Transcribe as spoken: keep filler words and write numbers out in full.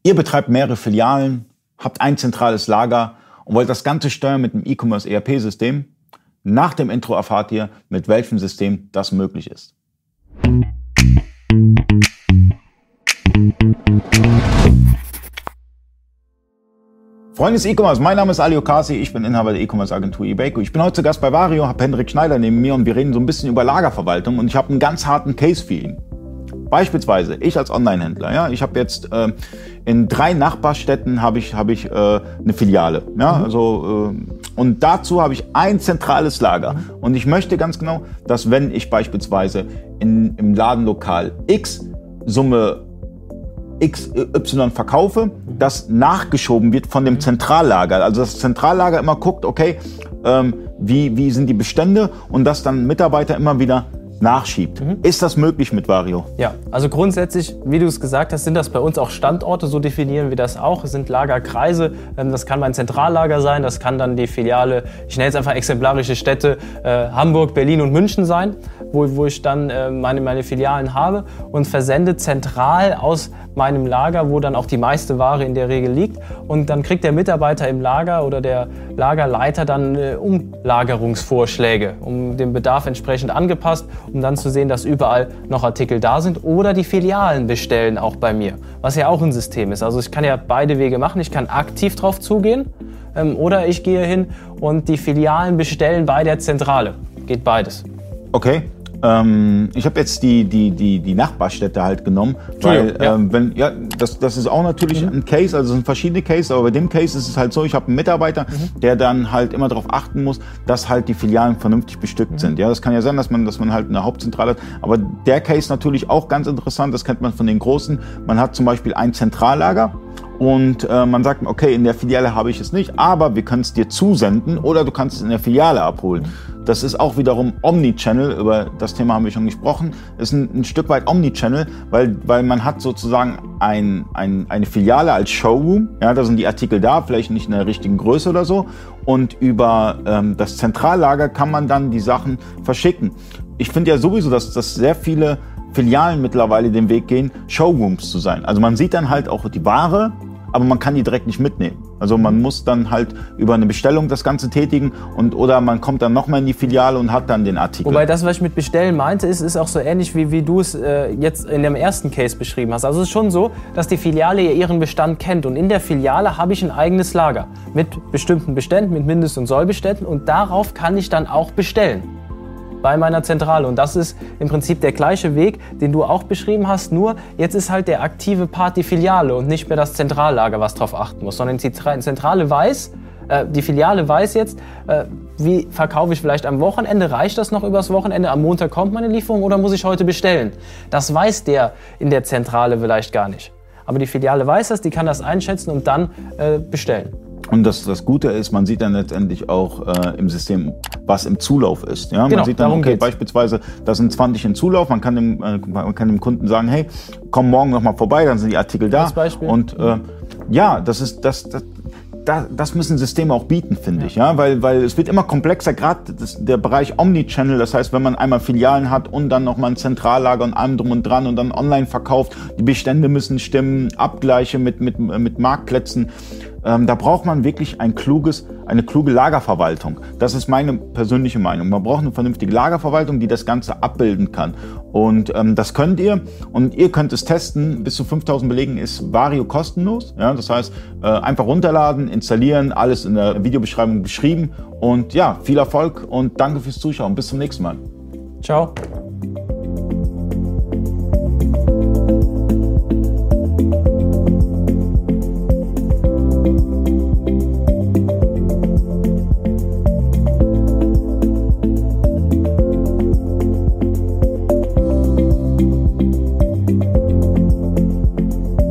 Ihr betreibt mehrere Filialen, habt ein zentrales Lager und wollt das Ganze steuern mit einem E-Commerce E R P-System. Nach dem Intro erfahrt ihr, mit welchem System das möglich ist. Freunde des E-Commerce, mein Name ist Ali Okasi, ich bin Inhaber der E-Commerce-Agentur eBayco. Ich bin heute zu Gast bei Vario, habe Hendrik Schneider neben mir und wir reden so ein bisschen über Lagerverwaltung und ich habe einen ganz harten Case für ihn. Beispielsweise, ich als Online-Händler, ja, ich habe jetzt äh, in drei Nachbarstädten habe ich, hab ich äh, eine Filiale, ja, also äh, und dazu habe ich ein zentrales Lager und ich möchte ganz genau, dass wenn ich beispielsweise in, im Ladenlokal X Summe X Y verkaufe, das nachgeschoben wird von dem Zentrallager, also das Zentrallager immer guckt, okay, ähm, wie, wie sind die Bestände und dass dann Mitarbeiter immer wieder nachschiebt. Mhm. Ist das möglich mit Vario? Ja, also grundsätzlich, wie du es gesagt hast, sind das bei uns auch Standorte, so definieren wir das auch. Es sind Lagerkreise, das kann mein Zentrallager sein, das kann dann die Filiale, ich nenne jetzt einfach exemplarische Städte, äh, Hamburg, Berlin und München sein, wo, wo ich dann äh, meine, meine Filialen habe und versende zentral aus meinem Lager, wo dann auch die meiste Ware in der Regel liegt. Und dann kriegt der Mitarbeiter im Lager oder der Lagerleiter dann äh, Umlagerungsvorschläge, um den Bedarf entsprechend angepasst, um dann zu sehen, dass überall noch Artikel da sind. Oder die Filialen bestellen auch bei mir, was ja auch ein System ist. Also ich kann ja beide Wege machen. Ich kann aktiv drauf zugehen ähm, oder ich gehe hin und die Filialen bestellen bei der Zentrale. Geht beides. Okay. Ähm, ich habe jetzt die, die, die, die Nachbarstädte halt genommen, weil ja. ähm, wenn, ja, das, das ist auch natürlich mhm. ein Case, also es sind verschiedene Cases, aber bei dem Case ist es halt so, ich habe einen Mitarbeiter, mhm. der dann halt immer darauf achten muss, dass halt die Filialen vernünftig bestückt mhm. sind. Ja, das kann ja sein, dass man, dass man halt eine Hauptzentrale hat, aber der Case natürlich auch ganz interessant, das kennt man von den Großen. Man hat zum Beispiel ein Zentrallager und äh, man sagt, okay, in der Filiale habe ich es nicht, aber wir können es dir zusenden oder du kannst es in der Filiale abholen. Mhm. Das ist auch wiederum Omnichannel, über das Thema haben wir schon gesprochen, ist ein, ein Stück weit Omnichannel, weil, weil man hat sozusagen ein, ein, eine Filiale als Showroom, ja, da sind die Artikel da, vielleicht nicht in der richtigen Größe oder so, und über ähm, das Zentrallager kann man dann die Sachen verschicken. Ich finde ja sowieso, dass, dass sehr viele Filialen mittlerweile den Weg gehen, Showrooms zu sein. Also man sieht dann halt auch die Ware, aber man kann die direkt nicht mitnehmen. Also man muss dann halt über eine Bestellung das Ganze tätigen und oder man kommt dann nochmal in die Filiale und hat dann den Artikel. Wobei das, was ich mit Bestellen meinte, ist, ist auch so ähnlich, wie, wie du es äh, jetzt in dem ersten Case beschrieben hast. Also es ist schon so, dass die Filiale ihren Bestand kennt und in der Filiale habe ich ein eigenes Lager mit bestimmten Beständen, mit Mindest- und Sollbeständen und darauf kann ich dann auch bestellen bei meiner Zentrale. Und das ist im Prinzip der gleiche Weg, den du auch beschrieben hast, nur jetzt ist halt der aktive Part die Filiale und nicht mehr das Zentrallager, was drauf achten muss, sondern die Zentrale weiß, äh, die Filiale weiß jetzt, äh, wie verkaufe ich vielleicht am Wochenende, reicht das noch übers Wochenende, am Montag kommt meine Lieferung oder muss ich heute bestellen? Das weiß der in der Zentrale vielleicht gar nicht. Aber die Filiale weiß das, die kann das einschätzen und dann äh, bestellen. Und das, das Gute ist, man sieht dann letztendlich auch äh, im System, was im Zulauf ist. Ja? Genau, man sieht dann, okay, geht's. Beispielsweise, da sind zwanzig in Zulauf. Man kann dem, äh, man kann dem Kunden sagen, hey, komm morgen noch mal vorbei, dann sind die Artikel da. Als Beispiel. Und äh, ja, das ist das, das Da, das müssen Systeme auch bieten, finde ja. ich, ja, weil, weil es wird immer komplexer, gerade der Bereich Omnichannel, das heißt, wenn man einmal Filialen hat und dann nochmal ein Zentrallager und allem drum und dran und dann online verkauft, die Bestände müssen stimmen, Abgleiche mit, mit, mit Marktplätzen, ähm, da braucht man wirklich ein kluges, eine kluge Lagerverwaltung. Das ist meine persönliche Meinung. Man braucht eine vernünftige Lagerverwaltung, die das Ganze abbilden kann. Und ähm, das könnt ihr und ihr könnt es testen. Bis zu fünftausend Belegen ist Vario kostenlos. Ja, das heißt, äh, einfach runterladen, installieren, alles in der Videobeschreibung beschrieben. Und ja, viel Erfolg und danke fürs Zuschauen. Bis zum nächsten Mal. Ciao.